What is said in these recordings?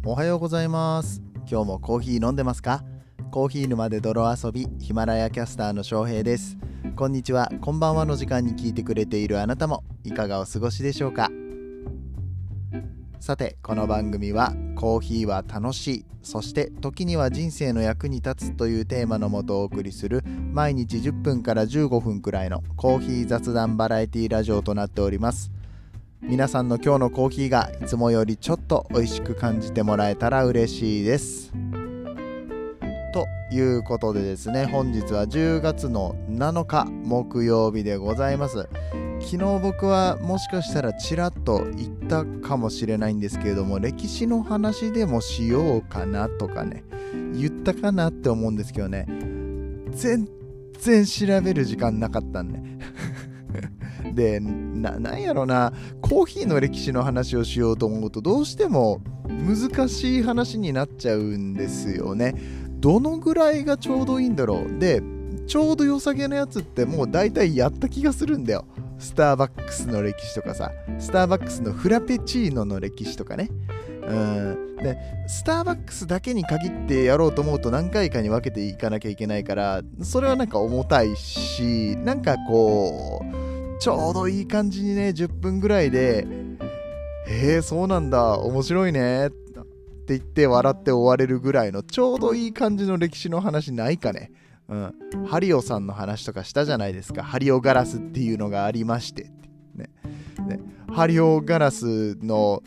おはようございます。今日もコーヒー飲んでますか？コーヒー沼で泥遊び、ヒマラヤキャスターの翔平です。こんにちは、こんばんはの時間に聞いてくれているあなたもいかがお過ごしでしょうか？さて、この番組はコーヒーは楽しい、そして時には人生の役に立つというテーマのもとお送りする毎日10分から15分くらいのコーヒー雑談バラエティラジオとなっております。皆さんの今日のコーヒーがいつもよりちょっと美味しく感じてもらえたら嬉しいです。ということでですね、本日は10月の7日木曜日でございます。昨日僕はもしかしたらちらっと言ったかもしれないんですけれども、歴史の話でもしようかなとかね、言ったかなって思うんですけどね、全然調べる時間なかったんねで、なんやろな、コーヒーの歴史の話をしようと思うとどうしても難しい話になっちゃうんですよね。どのぐらいがちょうどいいんだろう。で、ちょうど良さげなやつってもう大体やった気がするんだよ。スターバックスの歴史とかさ、スターバックスのフラペチーノの歴史とかね。で、スターバックスだけに限ってやろうと思うと何回かに分けていかなきゃいけないから、それはなんか重たいし、なんかこうちょうどいい感じにね、10分ぐらいでそうなんだ、面白いねって言って笑って終われるぐらいのちょうどいい感じの歴史の話ないかね。ハリオさんの話とかしたじゃないですか。ハリオガラスっていうのがありまして、ね、ハリオガラスの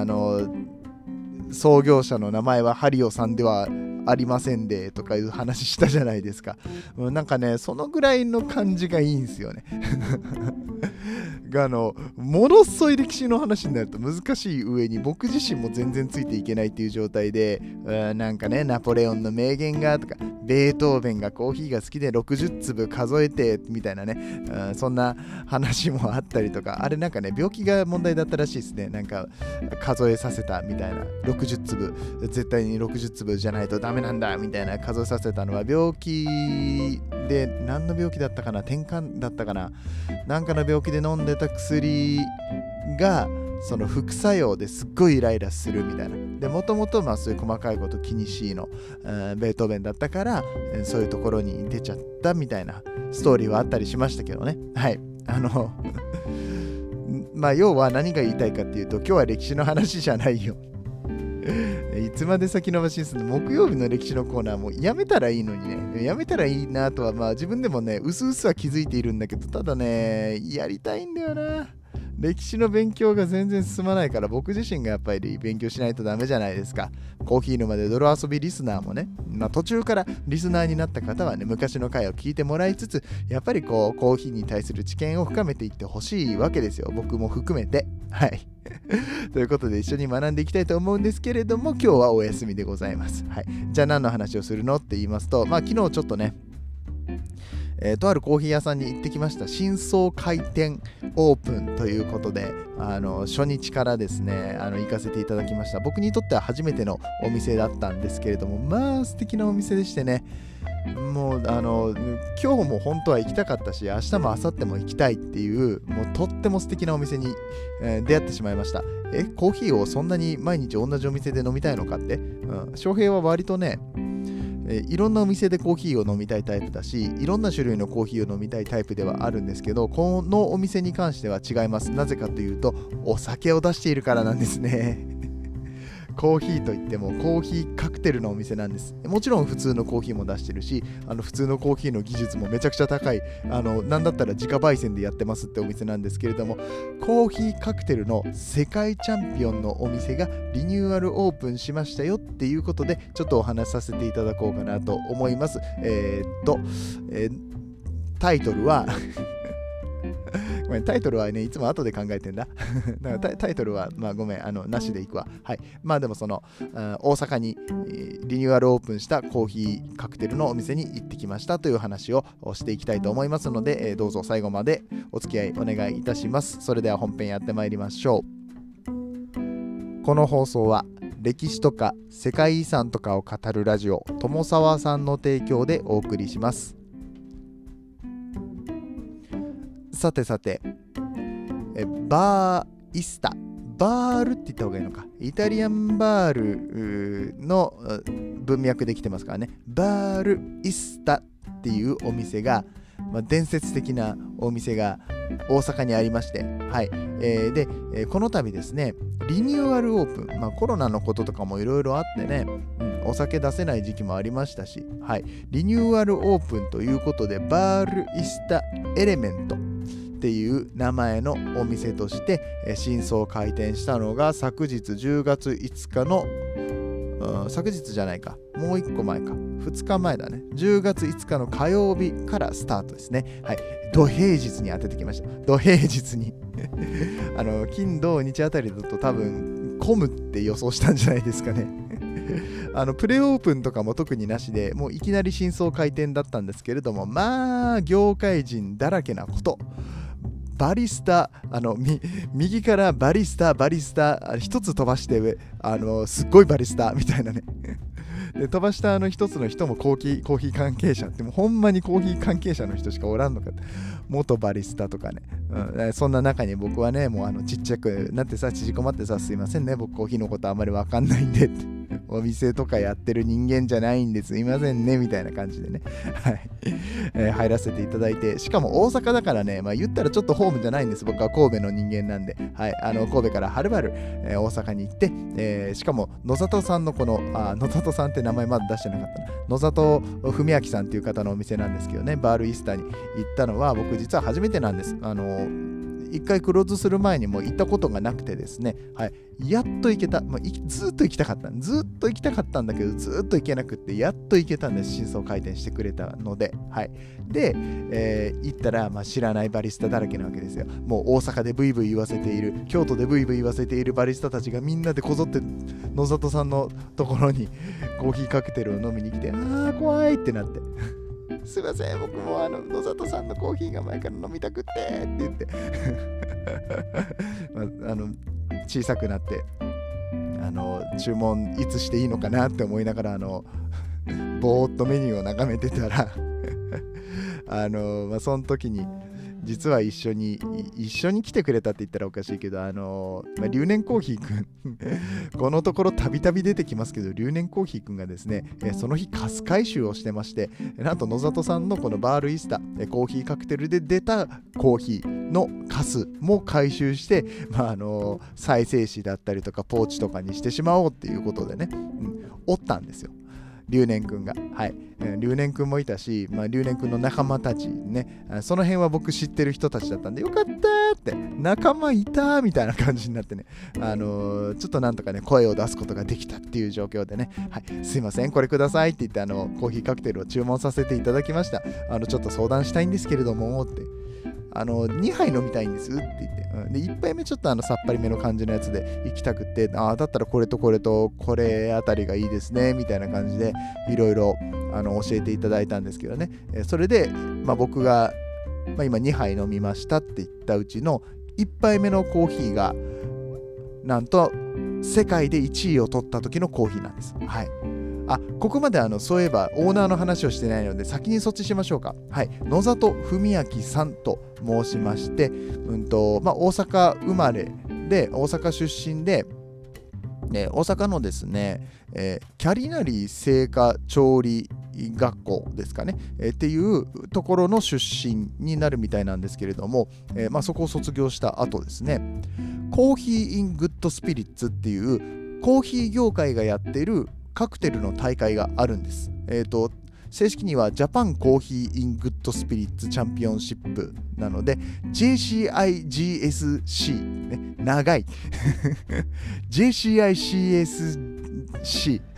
創業者の名前はハリオさんではありませんでとかいう話したじゃないですか。なんかね、そのぐらいの感じがいいんですよねものすごい歴史の話になると難しい上に僕自身も全然ついていけないっていう状態で、なんかね、ナポレオンの名言がとか、ベートーベンがコーヒーが好きで60粒数えてみたいなね、そんな話もあったりとか、あれなんかね、病気が問題だったらしいですね。なんか数えさせたみたいな、60粒絶対に60粒じゃないとダメなんだみたいな数えさせたのは病気で、何の病気だったかな、転換だったかな、なんかの病気で飲んでた薬がその副作用ですっごいイライラするみたいな。で、もともとそういう細かいこと気にしいの、ベートーベンだったから、そういうところに出ちゃったみたいなストーリーはあったりしましたけどね。はい。要は何が言いたいかっていうと、今日は歴史の話じゃないよいつまで先延ばしにするの。木曜日の歴史のコーナーもやめたらいいのにね。やめたらいいなとは自分でもね、うすうすは気づいているんだけど、ただね、やりたいんだよな。歴史の勉強が全然進まないから、僕自身がやっぱり勉強しないとダメじゃないですか。コーヒー沼で泥遊びリスナーもね、途中からリスナーになった方はね、昔の回を聞いてもらいつつ、やっぱりこうコーヒーに対する知見を深めていってほしいわけですよ。僕も含めて。はいということで一緒に学んでいきたいと思うんですけれども、今日はお休みでございます。はい。じゃあ何の話をするのって言いますと、昨日ちょっとね、とあるコーヒー屋さんに行ってきました。新装開店オープンということで、初日からですね、行かせていただきました。僕にとっては初めてのお店だったんですけれども、素敵なお店でしてね、もう今日も本当は行きたかったし、明日も明後日も行きたいっていう、もうとっても素敵なお店に、出会ってしまいました。コーヒーをそんなに毎日同じお店で飲みたいのかって、翔平は割とね、いろんなお店でコーヒーを飲みたいタイプだし、いろんな種類のコーヒーを飲みたいタイプではあるんですけど、このお店に関しては違います。なぜかというと、お酒を出しているからなんですねコーヒーといってもコーヒーカクテルのお店なんです。もちろん普通のコーヒーも出してるし、普通のコーヒーの技術もめちゃくちゃ高い、なんだったら自家焙煎でやってますってお店なんですけれども、コーヒーカクテルの世界チャンピオンのお店がリニューアルオープンしましたよっていうことで、ちょっとお話しさせていただこうかなと思います。タイトルはごめん、タイトルはね、いつも後で考えてんだ。だからタイトルは、ごめん、なしでいくわ。はい。でも大阪にリニューアルオープンしたコーヒーカクテルのお店に行ってきましたという話をしていきたいと思いますので、どうぞ最後までお付き合いお願いいたします。それでは本編やってまいりましょう。この放送は、歴史とか世界遺産とかを語るラジオ、友沢さんの提供でお送りします。さて、バーイスタバールって言った方がいいのか。イタリアンバールの文脈で来てますからね。バールイスタっていうお店が、伝説的なお店が大阪にありまして、はい。で、この度ですね、リニューアルオープン、コロナのこととかもいろいろあってね、お酒出せない時期もありましたし、はい。リニューアルオープンということで、バールイスタエレメントっていう名前のお店として新装開店したのが昨日10月5日の昨日じゃないか、もう1個前か、2日前だね、10月5日の火曜日からスタートですね。はい、土平日に当ててきました。土平日に金土日あたりだと多分混むって予想したんじゃないですかね。プレオープンとかも特になしで、もういきなり新装開店だったんですけれども、業界人だらけなこと。バリスタ、右からバリスタ、一つ飛ばして、すっごいバリスタみたいなね。で飛ばした一つの人もコーヒー関係者って、もうほんまにコーヒー関係者の人しかおらんのか。元バリスタとかね、そんな中に僕はね、もうちっちゃくなってさ、縮こまってさ、すいませんね、僕コーヒーのことあんまりわかんないんでってお店とかやってる人間じゃないんですいませんねみたいな感じでね、はい入らせていただいて、しかも大阪だからね、言ったらちょっとホームじゃないんです。僕は神戸の人間なんで、はい、神戸からはるばる、大阪に行って、しかも野里さんのこの野里さんって名前まだ出してなかったな、野里文明さんっていう方のお店なんですけどね、バールイースターに行ったのは僕実は初めてなんです。一回クローズする前にも行ったことがなくてですね、はい、やっと行けた、ずっと行きたかったんだけど、ずっと行けなくって、やっと行けたんです。新装開店してくれたので、はい。で、行ったら、知らないバリスタだらけなわけですよ。もう大阪でブイブイ言わせている、京都でブイブイ言わせているバリスタたちがみんなでこぞって野里さんのところにコーヒーカクテルを飲みに来て、怖いってなって。すいません、僕も野里さんのコーヒーが前から飲みたくってって言って小さくなって注文いつしていいのかなって思いながらぼーっとメニューを眺めてたらその時に実は一緒に来てくれたって言ったらおかしいけど留年コーヒーくんこのところたびたび出てきますけど、留年コーヒーくんがですね、その日カス回収をしてまして、なんと野里さんのこのバールイスタコーヒーカクテルで出たコーヒーのカスも回収して、再生紙だったりとかポーチとかにしてしまおうっていうことでね、おったんですよ、留年くんが。はい。留年くんもいたし、留年くんの仲間たちね、その辺は僕知ってる人たちだったんで、よかったーって、仲間いたーみたいな感じになってね、ちょっとなんとかね、声を出すことができたっていう状況でね、はい、すいません、これくださいって言って、コーヒーカクテルを注文させていただきました。ちょっと相談したいんですけれども、って。2杯飲みたいんですって言って、で1杯目ちょっとさっぱりめの感じのやつで行きたくて、だったらこれとこれとこれあたりがいいですねみたいな感じでいろいろ教えていただいたんですけどね、それで、僕が、今2杯飲みましたって言ったうちの1杯目のコーヒーがなんと世界で1位を取った時のコーヒーなんです。はい。ここまでそういえばオーナーの話をしてないので先にそっちしましょうか。はい、野里文明さんと申しまして、大阪生まれで大阪出身で、大阪のですね、キャリナリ製菓調理学校ですかね、っていうところの出身になるみたいなんですけれども、そこを卒業した後ですね、コーヒー・イン・グッド・スピリッツっていうコーヒー業界がやっているカクテルの大会があるんです。正式にはジャパンコーヒーイングッドスピリッツチャンピオンシップなので JCIGSC、ね、長いJCICSC 違う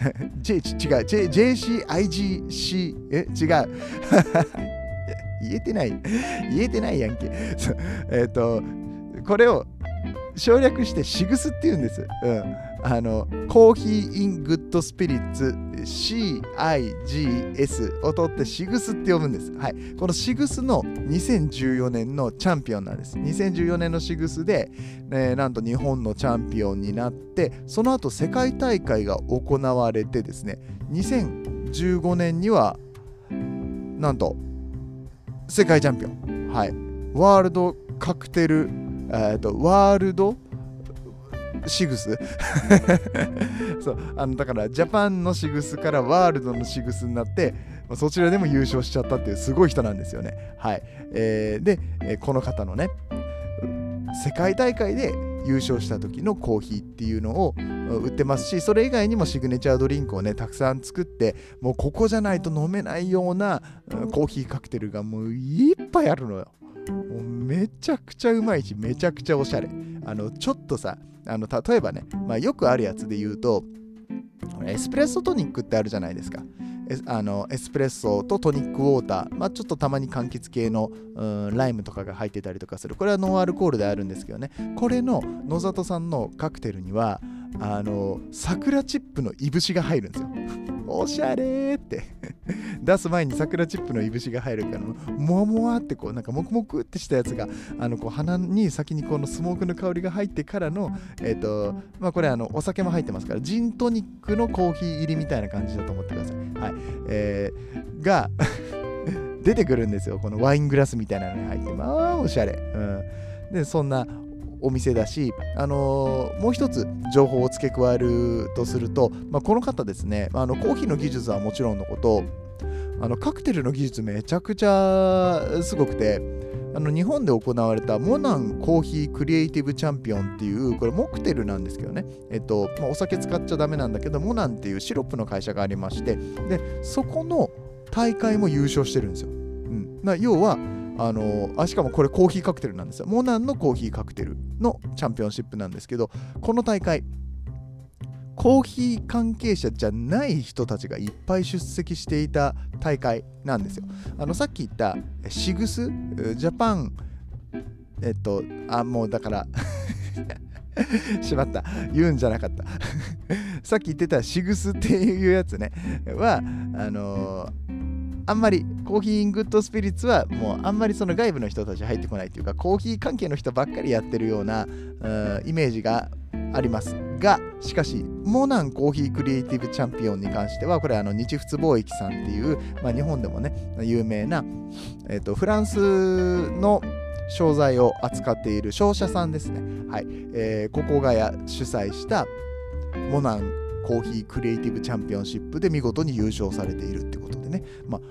JCIGC 違う言えてないやんけこれを省略してシグスって言うんです。コーヒーイングッドスピリッツ CIGS を取ってシグスって呼ぶんです。はい。このシグスの2014年のチャンピオンなんです。2014年のシグスで、なんと日本のチャンピオンになって、その後世界大会が行われてですね、2015年にはなんと世界チャンピオン、はい、ワールドカクテルワールドシグスそうだからジャパンのシグスからワールドのシグスになってそちらでも優勝しちゃったっていうすごい人なんですよね。はい。で、この方のね世界大会で優勝した時のコーヒーっていうのを売ってますし、それ以外にもシグネチャードリンクをねたくさん作って、もうここじゃないと飲めないようなコーヒーカクテルがもういっぱいあるのよ。もうめちゃくちゃうまいし、めちゃくちゃおしゃれ。ちょっとさ例えばね、よくあるやつで言うとエスプレッソトニックってあるじゃないですか。エスプレッソとトニックウォーター、ちょっとたまに柑橘系のライムとかが入ってたりとかする。これはノンアルコールであるんですけどね、これの野里さんのカクテルには桜チップのいぶしが入るんですよ。おしゃれーって出す前に桜チップのいぶしが入るから、もわもわってこうなんかもくもくってしたやつがこう鼻に先にこのスモークの香りが入ってからのこれお酒も入ってますから、ジントニックのコーヒー入りみたいな感じだと思ってください。はい。が出てくるんですよ、このワイングラスみたいなのに入って。おしゃれ。でそんなお店だし、もう一つ情報を付け加えるとすると、この方ですね、コーヒーの技術はもちろんのことカクテルの技術めちゃくちゃすごくて、日本で行われたモナンコーヒークリエイティブチャンピオンっていう、これモクテルなんですけどね、お酒使っちゃダメなんだけどモナンっていうシロップの会社がありまして、でそこの大会も優勝してるんですよ。要はしかもこれコーヒーカクテルなんですよ。モナンのコーヒーカクテルのチャンピオンシップなんですけど、この大会コーヒー関係者じゃない人たちがいっぱい出席していた大会なんですよ。さっき言ったシグスジャパンもうだからしまった、言うんじゃなかったさっき言ってたシグスっていうやつねはあんまりコーヒーイングッドスピリッツはもうあんまりその外部の人たち入ってこないっていうか、コーヒー関係の人ばっかりやってるようなイメージがありますが、しかしモナンコーヒークリエイティブチャンピオンに関してはこれ日仏貿易さんっていう、日本でもね有名な、フランスの商材を扱っている商社さんですね。はい。ここが主催したモナンコーヒークリエイティブチャンピオンシップで見事に優勝されているってことでね、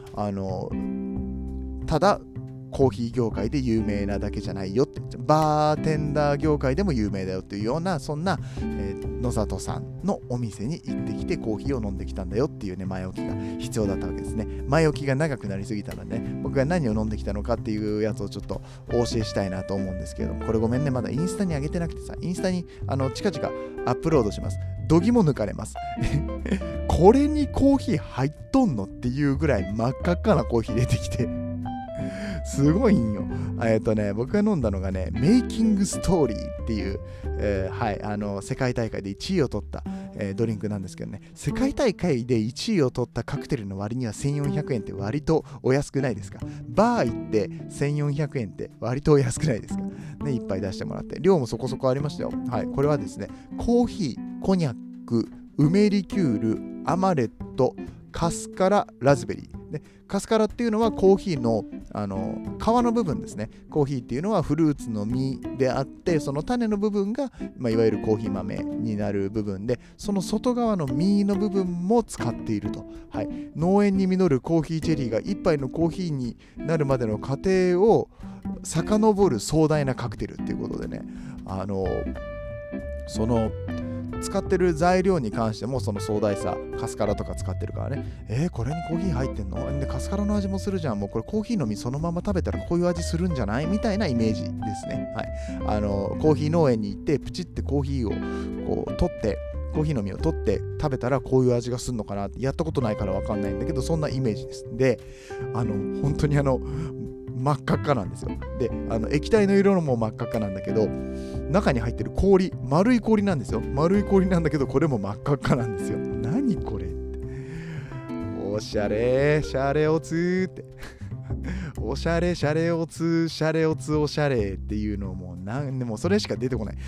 ただコーヒー業界で有名なだけじゃないよって、バーテンダー業界でも有名だよっていうような、そんな、野里さんのお店に行ってきてコーヒーを飲んできたんだよっていうね、前置きが必要だったわけですね。前置きが長くなりすぎたのでね、僕が何を飲んできたのかっていうやつをちょっとお教えしたいなと思うんですけど、これごめんね、まだインスタに上げてなくてさ、インスタに近々アップロードします。どぎも抜かれますこれにコーヒー入っとんのっていうぐらい真っ赤っかなコーヒー出てきてすごいんよ。僕が飲んだのがね、メイキングストーリーっていう、世界大会で1位を取った、ドリンクなんですけどね、世界大会で1位を取ったカクテルの割には1400円って割とお安くないですか？バー行って1400円って割とお安くないですか？ね、いっぱい出してもらって、量もそこそこありましたよ。はい、これはですね、コーヒー、コニャック、梅リキュール、アマレット、カスカラ、ラズベリーで、カスカラっていうのはコーヒーの、皮の部分ですね。コーヒーっていうのはフルーツの実であって、その種の部分が、いわゆるコーヒー豆になる部分で、その外側の実の部分も使っていると。はい、農園に実るコーヒーチェリーが一杯のコーヒーになるまでの過程を遡る壮大なカクテルっていうことでね、その使ってる材料に関してもその壮大さ、カスカラとか使ってるからね、これにコーヒー入ってんの？でカスカラの味もするじゃん、もうこれコーヒーの実そのまま食べたらこういう味するんじゃない？みたいなイメージですね。はい、コーヒー農園に行ってプチってコーヒーをこう取って、コーヒーの実を取って食べたらこういう味がするのかなって、やったことないから分かんないんだけど、そんなイメージです。で、本当に真っ赤っかなんですよ。で、液体の色も真っ赤っかなんだけど、中に入ってる氷、丸い氷なんですよ。丸い氷なんだけど、これも真っ赤っかなんですよ。何これって。おしゃれ、シャレオツーって。おしゃれ、シャレオツ、シャレオツ、おしゃれっていうのもでもそれしか出てこない。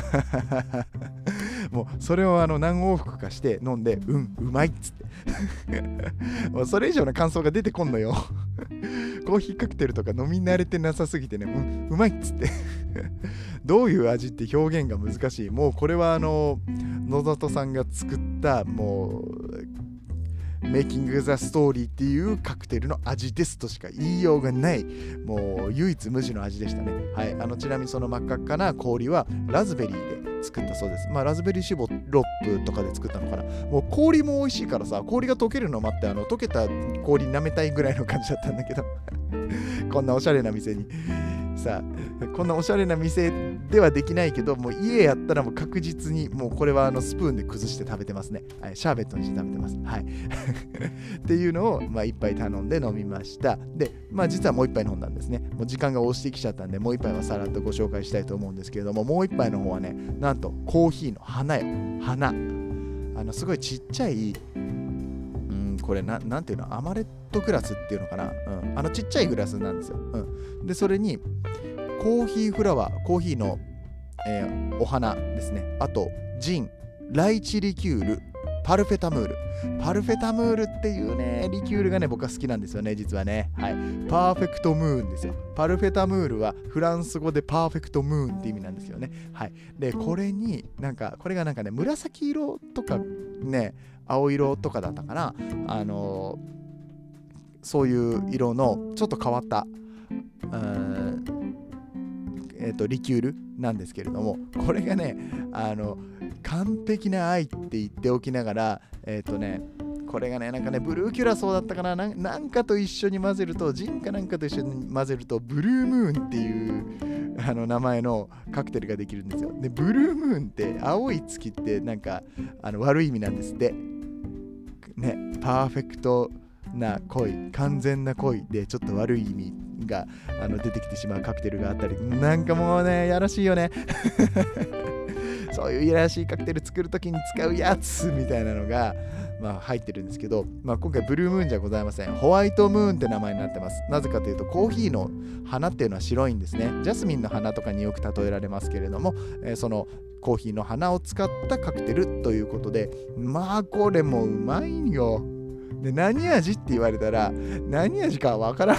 もうそれを何往復かして飲んで、うまいっつって。もうそれ以上の感想が出てこんのよ。 コーヒーカクテルとか飲み慣れてなさすぎてね、うまいっつってどういう味って表現が難しい。もうこれは野里さんが作ったもうメイキング・ザ・ストーリーっていうカクテルの味ですとしか言いようがない、もう唯一無二の味でしたね。はい、ちなみにその真っ赤っかな氷はラズベリーで作ったそうです。ラズベリーシロップとかで作ったのかな。もう氷も美味しいからさ、氷が溶けるの待って溶けた氷舐めたいぐらいの感じだったんだけどこんなおしゃれな店にさ、こんなおしゃれな店ではできないけど、もう家やったらもう確実にもうこれはスプーンで崩して食べてますね。はい、シャーベットにして食べてます。はいっていうのを一杯頼んで飲みました。で、実はもう一杯飲んだんですね。もう時間が押してきちゃったんで、もう一杯はさらっとご紹介したいと思うんですけれども、もう一杯の方はね、なんとコーヒーの花よ。花。すごいちっちゃい、これなんていうの、アマレットグラスっていうのかな、ちっちゃいグラスなんですよ。でそれにコーヒーフラワー、コーヒーの、お花ですね。あとジン、ライチリキュール、パルフェタムール。パルフェタムールっていうねリキュールがね僕は好きなんですよね、実はね。はい、パーフェクトムーンですよ。パルフェタムールはフランス語でパーフェクトムーンって意味なんですよね。はい、でこれにこれがね紫色とかね青色とかだったかな、そういう色のちょっと変わったリキュールなんですけれども、これがね完璧な愛って言っておきながらこれがねブルーキュラソーだったかな、なんかと一緒に混ぜると、ジンかなんかと一緒に混ぜるとブルームーンっていう名前のカクテルができるんですよ。でブルームーンって青い月って悪い意味なんですってね。パーフェクトな恋、完全な恋でちょっと悪い意味が出てきてしまうカクテルがあったり、もうねやらしいよねそういういやらしいカクテル作るときに使うやつみたいなのが入ってるんですけど、今回ブルームーンじゃございません。ホワイトムーンって名前になってます。なぜかというとコーヒーの花っていうのは白いんですね。ジャスミンの花とかによく例えられますけれども、そのコーヒーの花を使ったカクテルということで、これもうまいよ。で何味って言われたら何味かわからん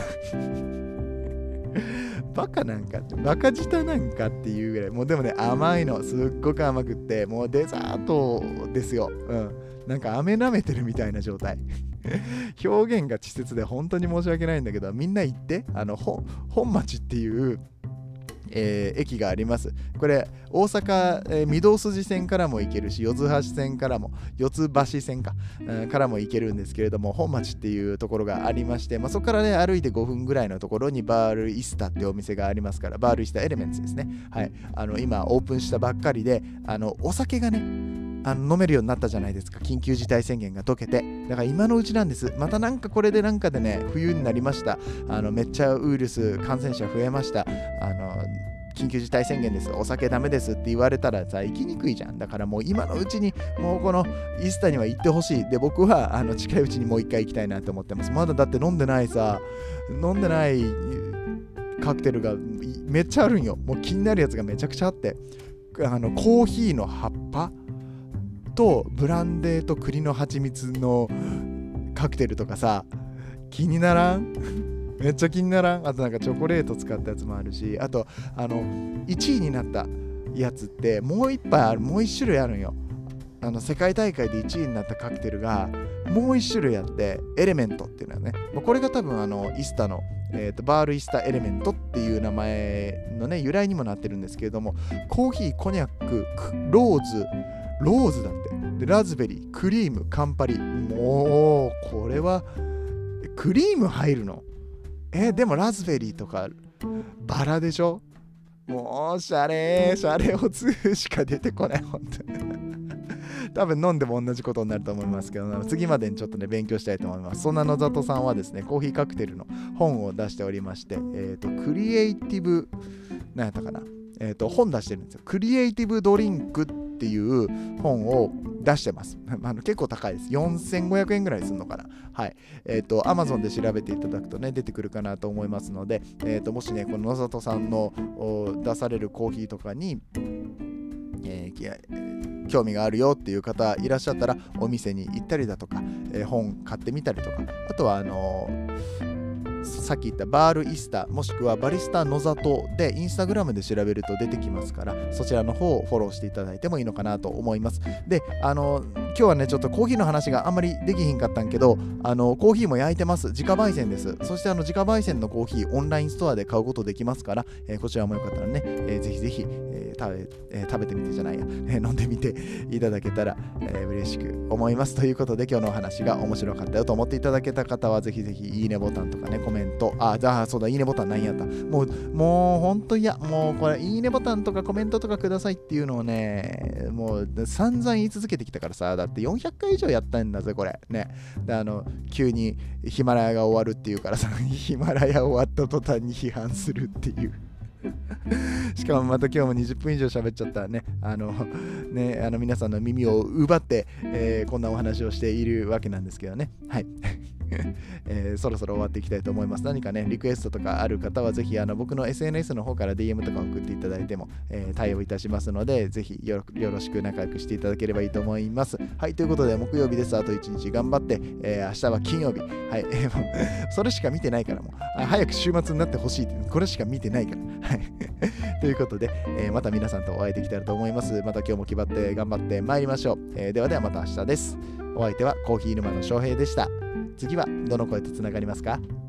バカなんかってバカ舌なんかっていうぐらい、もうでもね甘いの、すっごく甘くって、もうデザートですよ。飴舐めてるみたいな状態表現が稚拙で本当に申し訳ないんだけど、みんな行って本町っていう駅があります。これ大阪、御堂筋線からも行けるし、四ツ橋線からも、四ツ橋線からも行けるんですけれども、本町っていうところがありまして、そこからね歩いて5分ぐらいのところにバールイスタってお店がありますから、バールイスタエレメンツですね。はい、今オープンしたばっかりで、お酒がね飲めるようになったじゃないですか。緊急事態宣言が解けて、だから今のうちなんです。またこれでね冬になりました。めっちゃウイルス感染者増えました。緊急事態宣言です、お酒ダメですって言われたらさ、行きにくいじゃん。だからもう今のうちにもうこのイースターには行ってほしい。で僕は近いうちにもう一回行きたいなと思ってます。まだだって飲んでないカクテルがめっちゃあるんよ。もう気になるやつがめちゃくちゃあって、コーヒーの葉っぱとブランデーと栗の蜂蜜のカクテルとかさ、気にならんめっちゃ気にならん。あとチョコレート使ったやつもあるし、あと1位になったやつってもう一杯ある、もう一種類あるんよ。世界大会で1位になったカクテルがもう一種類あって、エレメントっていうのはね、これが多分イスタの、バールイスタエレメントっていう名前のね由来にもなってるんですけれども、コーヒー、コニャック、ローズだって、でラズベリー、クリーム、カンパリ、もうこれはクリーム入るの？でもラズベリーとかバラでしょ。もうシャレオツしか出てこない本当に多分飲んでも同じことになると思いますけど、次までにちょっとね勉強したいと思います。そんな野里さんはですね、コーヒーカクテルの本を出しておりまして、クリエイティブ何やったかな、本出してるんですよ。クリエイティブドリンクっていう本を出してます。結構高いです。4500円ぐらいするのかな。はい。Amazon で調べていただくとね出てくるかなと思いますので、もしねこの野里さんの出されるコーヒーとかに、興味があるよっていう方いらっしゃったら、お店に行ったりだとか、本買ってみたりとか、あとはさっき言ったバールイスタもしくはバリスタ野里でインスタグラムで調べると出てきますから、そちらの方をフォローしていただいてもいいのかなと思います。で、今日はねちょっとコーヒーの話があんまりできひんかったんけど、コーヒーも焼いてます。自家焙煎です。そして自家焙煎のコーヒーオンラインストアで買うことできますから、こちらもよかったらね、ぜひぜひ、食べてみてじゃないや、飲んでみていただけたら、嬉しく思います。ということで今日のお話が面白かったよと思っていただけた方はぜひぜひいいねボタンとかねコメント、そうだいいねボタンないんやった。もう本当いやもうこれいいねボタンとかコメントとかくださいっていうのをねもう散々言い続けてきたからさ、だって400回以上やったんだぜこれね。で急にヒマラヤが終わるっていうからさ、ヒマラヤ終わった途端に批判するっていうしかもまた今日も20分以上喋っちゃったね。皆さんの耳を奪って、こんなお話をしているわけなんですけどね。はい。そろそろ終わっていきたいと思います。何かねリクエストとかある方はぜひ僕の SNS の方から DM とか送っていただいても、対応いたしますので、ぜひよろしく仲良くしていただければいいと思います。はい、ということで木曜日です。あと1日頑張って、明日は金曜日。はい、それしか見てないからもう早く週末になってほしいってこれしか見てないから。はいということで、また皆さんとお会いできたらと思います。また今日も気張って頑張ってまいりましょう。ではではまた明日です。お相手はコーヒー沼の翔平でした。次はどの声とつながりますか？